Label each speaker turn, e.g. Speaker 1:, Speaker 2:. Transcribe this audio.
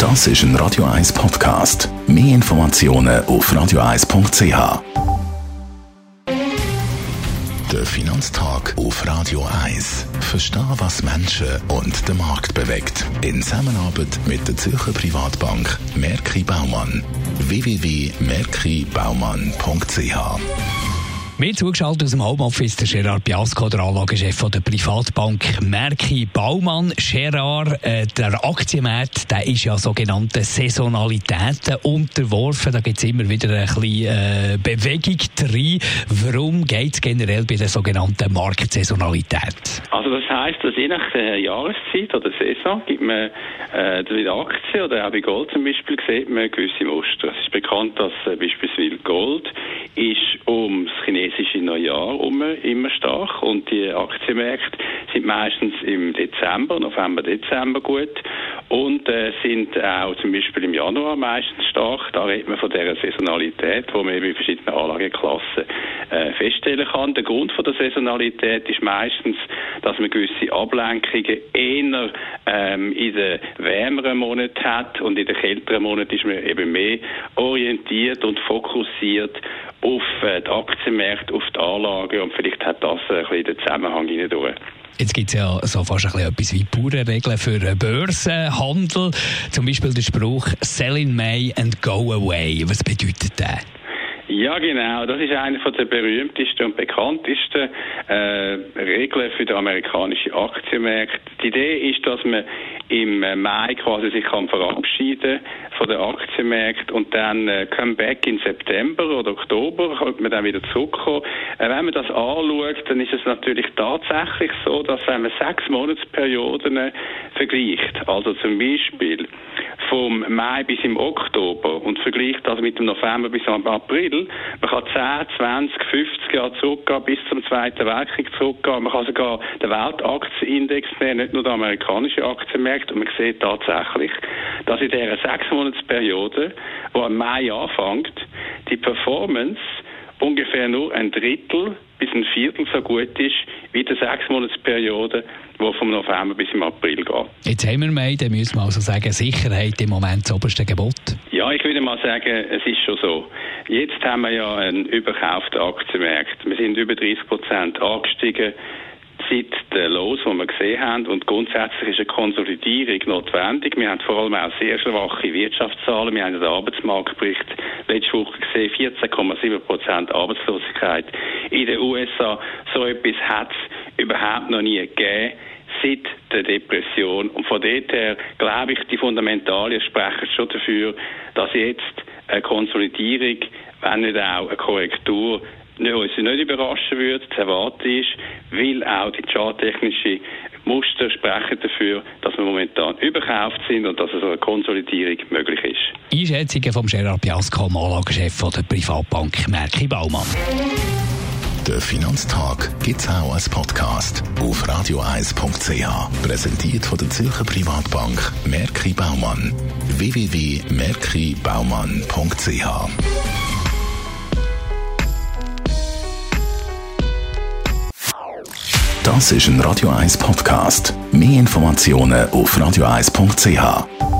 Speaker 1: Das ist ein Radio 1 Podcast. Mehr Informationen auf radio1.ch. Der Finanztag auf Radio 1. Verstehen, was Menschen und den Markt bewegt. In Zusammenarbeit mit der Zürcher Privatbank Merki Baumann. www.merkibaumann.ch.
Speaker 2: Mir zugeschaltet aus dem Homeoffice der Gerard Biasco, der Anlagechef der Privatbank Merki Baumann. Gerard, der Aktienmarkt, der ist ja sogenannten Saisonalitäten unterworfen. Da gibt es immer wieder ein bisschen Bewegung drin. Warum geht es generell bei der sogenannten Marktsaisonalität?
Speaker 3: Also das heisst, dass je nach Jahreszeit oder Saison gibt man bei der Aktie oder auch bei Gold zum Beispiel sieht man gewisse Muster. Es ist bekannt, dass beispielsweise Gold ist ums chinesische Neujahr immer stark und die Aktienmärkte sind meistens im November, Dezember gut und sind auch zum Beispiel im Januar meistens stark. Da redet man von dieser Saisonalität, die man eben in verschiedenen Anlageklassen feststellen kann. Der Grund von der Saisonalität ist meistens, dass man gewisse Ablenkungen eher in den wärmeren Monaten hat und in den kälteren Monaten ist man eben mehr orientiert und fokussiert auf die Aktienmärkte, auf die Anlagen und vielleicht hat das ein bisschen den Zusammenhang hinein.
Speaker 2: Jetzt gibt es ja so fast ein bisschen etwas wie Bauernregeln für Börsenhandel. Zum Beispiel der Spruch «Sell in May and go away». Was bedeutet das?
Speaker 3: Ja, genau. Das ist eine der berühmtesten und bekanntesten Regeln für die amerikanischen Aktienmärkte. Die Idee ist, dass man im Mai quasi sich verabschieden von den Aktienmärkten und dann Comeback in September oder Oktober könnte man dann wieder zurückkommen. Wenn man das anschaut, dann ist es natürlich tatsächlich so, dass wenn man 6 Monatsperioden vergleicht, also zum Beispiel vom Mai bis im Oktober und vergleicht das mit dem November bis am April, man kann 10, 20, 50 Jahre zurückgehen, bis zum Zweiten Weltkrieg zurückgehen. Man kann sogar den Weltaktienindex nehmen, nicht nur den amerikanischen Aktienmarkt. Und man sieht tatsächlich, dass in dieser 6 Monatsperiode, die am Mai anfängt, die Performance ungefähr nur ein Drittel bis ein Viertel so gut ist wie die 6 Monatsperiode, die vom November bis im April geht.
Speaker 2: Jetzt haben wir Mai, dann müssen wir also sagen, Sicherheit im Moment das oberste Gebot.
Speaker 3: Ja, ich würde mal sagen, es ist schon so. Jetzt haben wir ja einen überkauften Aktienmarkt. Wir sind über 30% angestiegen seit den Lows, die wir gesehen haben. Und grundsätzlich ist eine Konsolidierung notwendig. Wir haben vor allem auch sehr schwache Wirtschaftszahlen. Wir haben den Arbeitsmarktbericht letzte Woche gesehen, 14,7% Arbeitslosigkeit in den USA. So etwas hat es überhaupt noch nie gegeben seit der Depression. Und von dort her glaube ich, die Fundamentalien sprechen schon dafür, dass jetzt eine Konsolidierung, wenn nicht auch eine Korrektur, uns nicht überraschen würde, zu erwarten ist, weil auch die charttechnischen Muster sprechen dafür, dass wir momentan überkauft sind und dass also eine Konsolidierung möglich ist.
Speaker 2: Einschätzungen von Gerard Biasco, Anlagechef der Privatbank Merki Baumann.
Speaker 1: Der Finanztag gibt es auch als Podcast auf radio1.ch. Präsentiert von der Zürcher Privatbank Merki Baumann. www.merkibaumann.ch. Das ist ein Radio 1 Podcast. Mehr Informationen auf radio1.ch.